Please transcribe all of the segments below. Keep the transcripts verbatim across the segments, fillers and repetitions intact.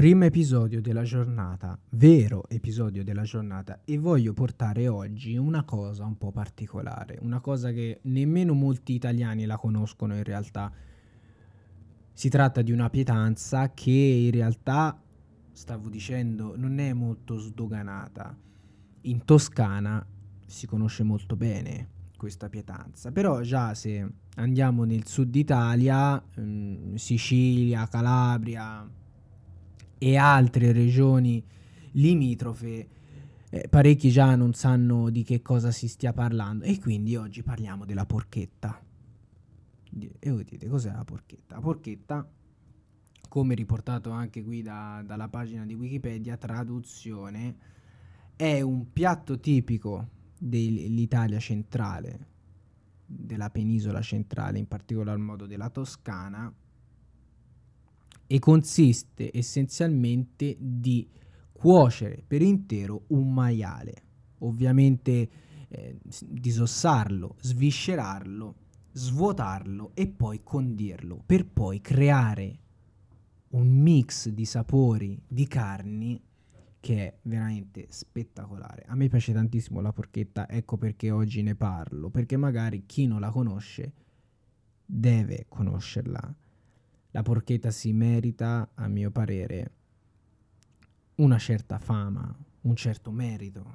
Primo episodio della giornata, vero episodio della giornata, e voglio portare oggi una cosa un po' particolare, una cosa che nemmeno molti italiani la conoscono in realtà. Si tratta di una pietanza che in realtà, stavo dicendo, non è molto sdoganata. In Toscana si conosce molto bene questa pietanza, però già se andiamo nel sud Italia, mm, Sicilia, Calabria e altre regioni limitrofe, eh, parecchi già non sanno di che cosa si stia parlando, e quindi oggi parliamo della porchetta. Di- E voi dite cos'è la porchetta? La porchetta, come riportato anche qui da- dalla pagina di Wikipedia, traduzione, è un piatto tipico dell'Italia centrale, della penisola centrale, in particolar modo della Toscana, e consiste essenzialmente di cuocere per intero un maiale. Ovviamente eh, s- disossarlo, sviscerarlo, svuotarlo e poi condirlo, per poi creare un mix di sapori, di carni, che è veramente spettacolare. A me piace tantissimo la porchetta, ecco perché oggi ne parlo, perché magari chi non la conosce deve conoscerla. La porchetta si merita, a mio parere, una certa fama, un certo merito.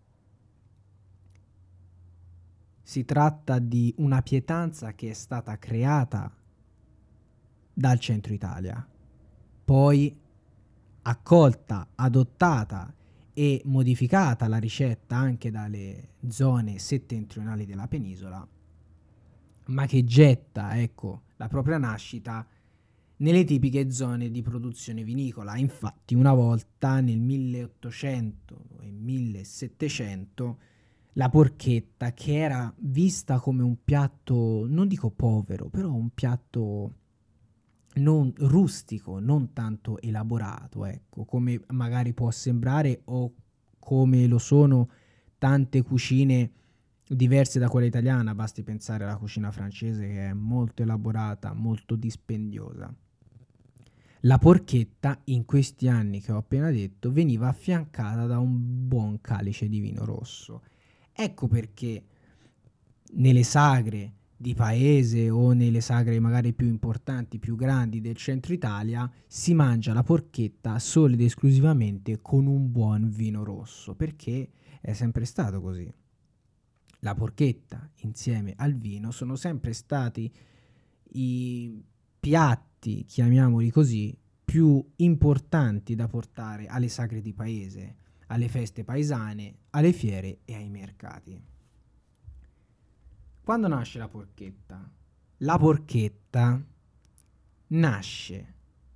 Si tratta di una pietanza che è stata creata dal centro Italia, poi accolta, adottata e modificata la ricetta anche dalle zone settentrionali della penisola, ma che getta, ecco, la propria nascita nelle tipiche zone di produzione vinicola. Infatti, una volta nel milleottocento e millesettecento, la porchetta, che era vista come un piatto, non dico povero, però un piatto non rustico, non tanto elaborato, ecco, come magari può sembrare o come lo sono tante cucine diverse da quella italiana, basti pensare alla cucina francese che è molto elaborata, molto dispendiosa. La porchetta, in questi anni che ho appena detto, veniva affiancata da un buon calice di vino rosso. Ecco perché nelle sagre di paese o nelle sagre magari più importanti, più grandi del centro Italia, si mangia la porchetta solo ed esclusivamente con un buon vino rosso, perché è sempre stato così. La porchetta insieme al vino sono sempre stati i piatti, chiamiamoli così, più importanti da portare alle sagre di paese, alle feste paesane, alle fiere e ai mercati. Quando nasce la porchetta? La porchetta nasce,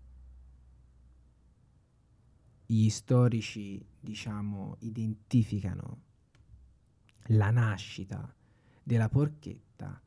gli storici, diciamo, identificano la nascita della porchetta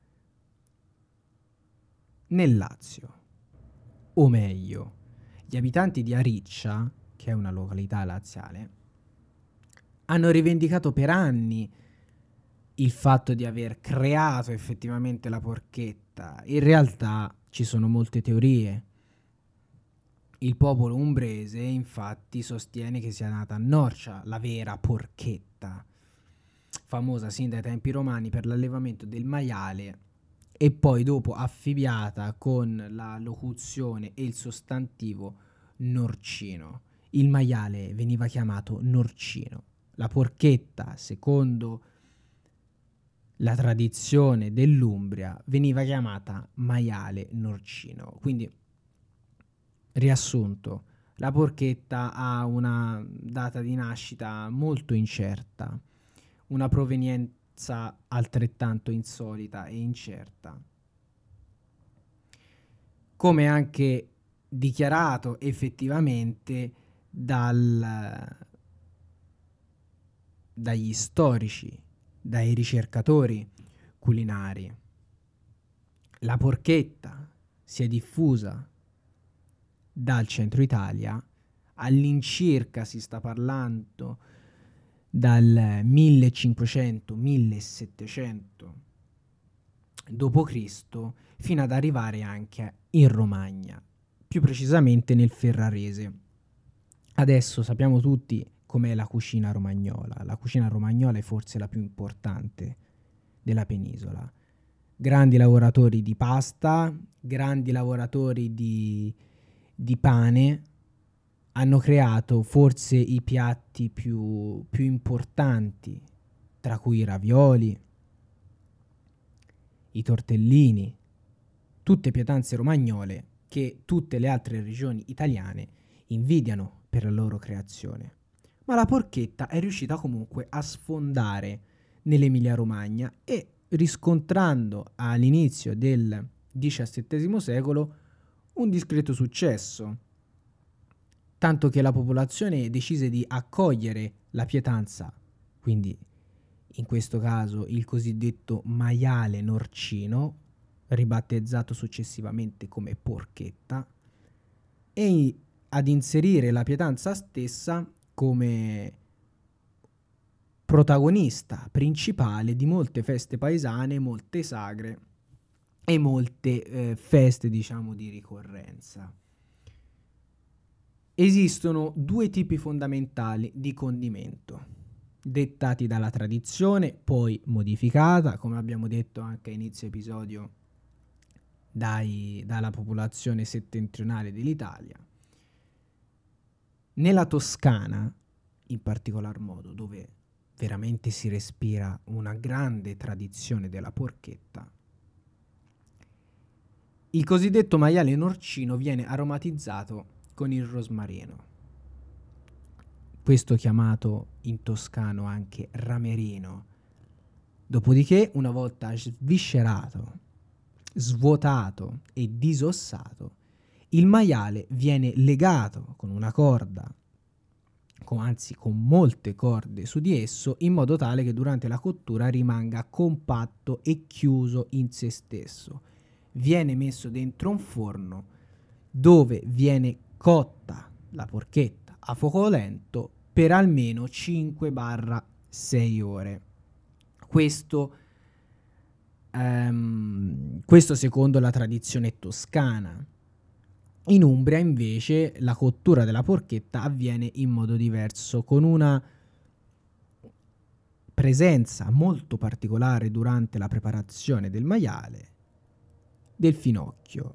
nel Lazio, o meglio, gli abitanti di Ariccia, che è una località laziale, hanno rivendicato per anni il fatto di aver creato effettivamente la porchetta. In realtà ci sono molte teorie. Il popolo umbrese infatti sostiene che sia nata a Norcia la vera porchetta, famosa sin dai tempi romani per l'allevamento del maiale, e poi dopo affibbiata con la locuzione e il sostantivo norcino. Il maiale veniva chiamato norcino. La porchetta, secondo la tradizione dell'Umbria, veniva chiamata maiale norcino. Quindi, riassunto, la porchetta ha una data di nascita molto incerta, una provenienza altrettanto insolita e incerta, come anche dichiarato effettivamente dal, dagli storici, dai ricercatori culinari. La porchetta si è diffusa dal centro Italia, all'incirca si sta parlando dal millecinquecento-millesettecento dopo Cristo, fino ad arrivare anche in Romagna, più precisamente nel Ferrarese. Adesso sappiamo tutti com'è la cucina romagnola. La cucina romagnola è forse la più importante della penisola. Grandi lavoratori di pasta, grandi lavoratori di, di pane, hanno creato forse i piatti più, più importanti, tra cui i ravioli, i tortellini, tutte pietanze romagnole che tutte le altre regioni italiane invidiano per la loro creazione. Ma la porchetta è riuscita comunque a sfondare nell'Emilia Romagna e riscontrando all'inizio del diciassettesimo secolo un discreto successo, tanto che la popolazione decise di accogliere la pietanza, quindi in questo caso il cosiddetto maiale norcino, ribattezzato successivamente come porchetta, e ad inserire la pietanza stessa come protagonista principale di molte feste paesane, molte sagre e molte eh, feste, diciamo, di ricorrenza. Esistono due tipi fondamentali di condimento, dettati dalla tradizione, poi modificata, come abbiamo detto anche a inizio episodio, dai, dalla popolazione settentrionale dell'Italia. Nella Toscana, in particolar modo, dove veramente si respira una grande tradizione della porchetta, il cosiddetto maiale norcino viene aromatizzato con il rosmarino, questo chiamato in toscano anche ramerino. Dopodiché, una volta sviscerato, svuotato e disossato, il maiale viene legato con una corda, con, anzi con molte corde su di esso, in modo tale che durante la cottura rimanga compatto e chiuso in se stesso. Viene messo dentro un forno dove viene cotta la porchetta a fuoco lento per almeno cinque sei ore. Questo, um, questo secondo la tradizione toscana. In Umbria invece la cottura della porchetta avviene in modo diverso, con una presenza molto particolare durante la preparazione del maiale del finocchio.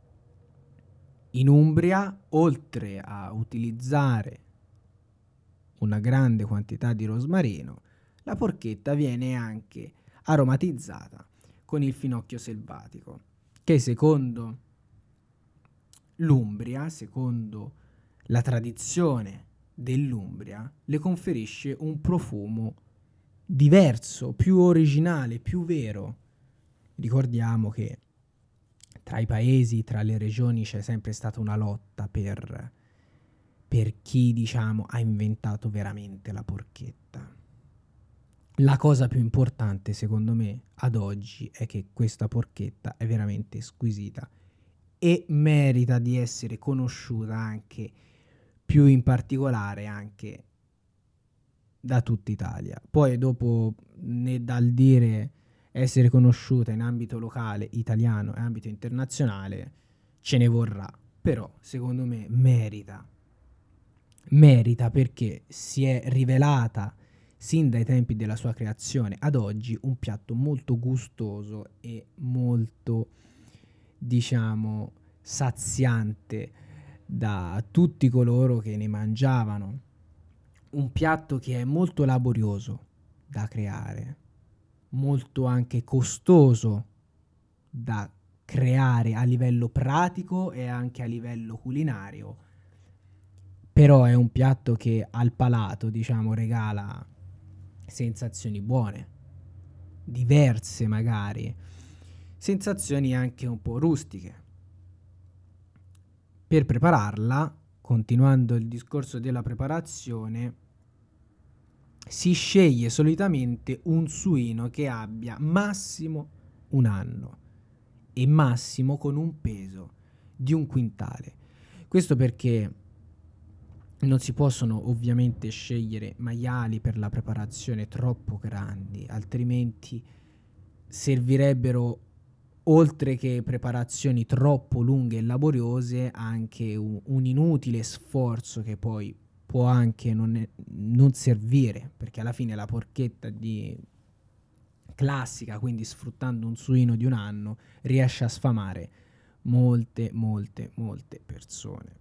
In Umbria, oltre a utilizzare una grande quantità di rosmarino, la porchetta viene anche aromatizzata con il finocchio selvatico, che secondo l'Umbria, secondo la tradizione dell'Umbria, le conferisce un profumo diverso, più originale, più vero. Ricordiamo che tra i paesi, tra le regioni c'è sempre stata una lotta per, per chi, diciamo, ha inventato veramente la porchetta. La cosa più importante, secondo me, ad oggi è che questa porchetta è veramente squisita e merita di essere conosciuta anche, più in particolare anche da tutta Italia. Poi dopo, né dal dire essere conosciuta in ambito locale, italiano e ambito internazionale, ce ne vorrà. Però, secondo me, merita. Merita perché si è rivelata, sin dai tempi della sua creazione ad oggi, un piatto molto gustoso e molto, diciamo, saziante da tutti coloro che ne mangiavano. Un piatto che è molto laborioso da creare, molto anche costoso da creare a livello pratico e anche a livello culinario, però è un piatto che al palato, diciamo, regala sensazioni buone, diverse magari, sensazioni anche un po' rustiche. Per prepararla, continuando il discorso della preparazione, si sceglie solitamente un suino che abbia massimo un anno e massimo con un peso di un quintale. Questo perché non si possono ovviamente scegliere maiali per la preparazione troppo grandi, altrimenti servirebbero oltre che preparazioni troppo lunghe e laboriose, anche un, un inutile sforzo che poi può anche non, è- non servire, perché alla fine la porchetta di classica, quindi sfruttando un suino di un anno, riesce a sfamare molte, molte, molte persone.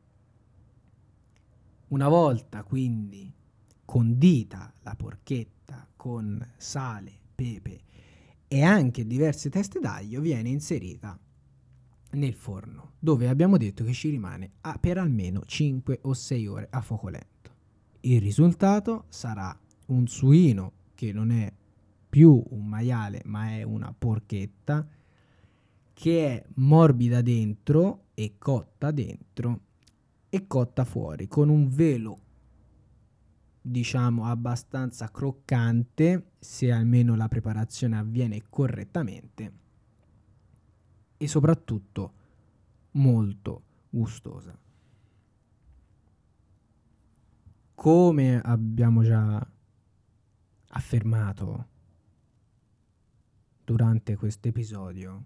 Una volta quindi condita la porchetta con sale, pepe e anche diverse teste d'aglio, viene inserita nel forno, dove abbiamo detto che ci rimane a- per almeno cinque o sei ore a fuoco lento. Il risultato sarà un suino che non è più un maiale, ma è una porchetta che è morbida dentro e cotta dentro e cotta fuori con un velo, diciamo, abbastanza croccante, se almeno la preparazione avviene correttamente, e soprattutto molto gustosa. Come abbiamo già affermato durante questo episodio,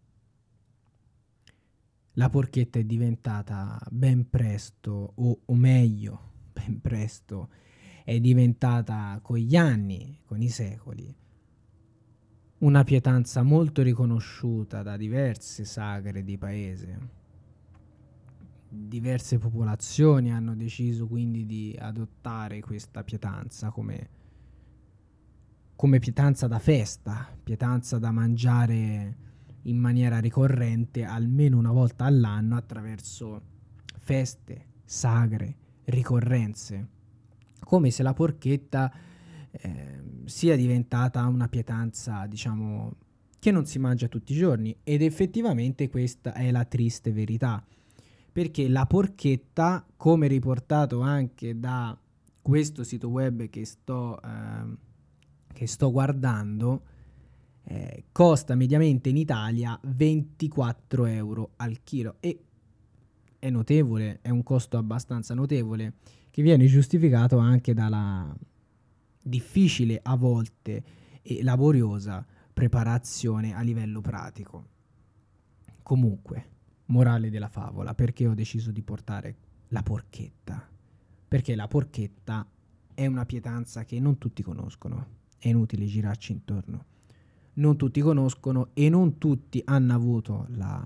la porchetta è diventata ben presto, o, o meglio, ben presto, è diventata con gli anni, con i secoli, una pietanza molto riconosciuta da diverse sagre di paese. Diverse popolazioni hanno deciso quindi di adottare questa pietanza come, come pietanza da festa, pietanza da mangiare in maniera ricorrente almeno una volta all'anno attraverso feste, sagre, ricorrenze, come se la porchetta eh, sia diventata una pietanza, diciamo, che non si mangia tutti i giorni, ed effettivamente questa è la triste verità, perché la porchetta, come riportato anche da questo sito web che sto, ehm, che sto guardando, eh, costa mediamente in Italia ventiquattro euro al chilo, e è notevole, è un costo abbastanza notevole, che viene giustificato anche dalla difficile a volte e laboriosa preparazione a livello pratico. Comunque, morale della favola, perché ho deciso di portare la porchetta? Perché la porchetta è una pietanza che non tutti conoscono, è inutile girarci intorno. Non tutti conoscono e non tutti hanno avuto la,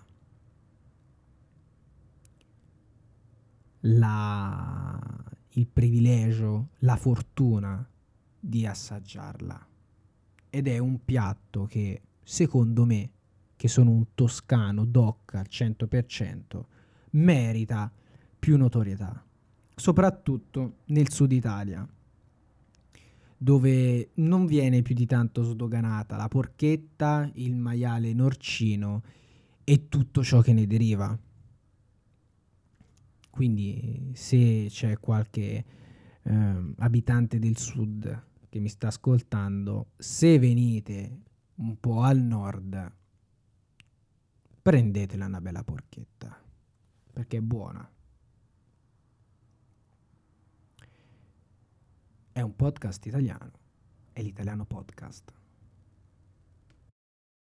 la, il privilegio, la fortuna di assaggiarla. Ed è un piatto che, secondo me, che sono un toscano doc al cento per cento, merita più notorietà, soprattutto nel sud Italia, dove non viene più di tanto sdoganata la porchetta, il maiale norcino e tutto ciò che ne deriva. Quindi se c'è qualche ehm, abitante del sud che mi sta ascoltando, se venite un po' al nord, prendetela una bella porchetta, perché è buona. È un podcast italiano, è l'Italiano Podcast.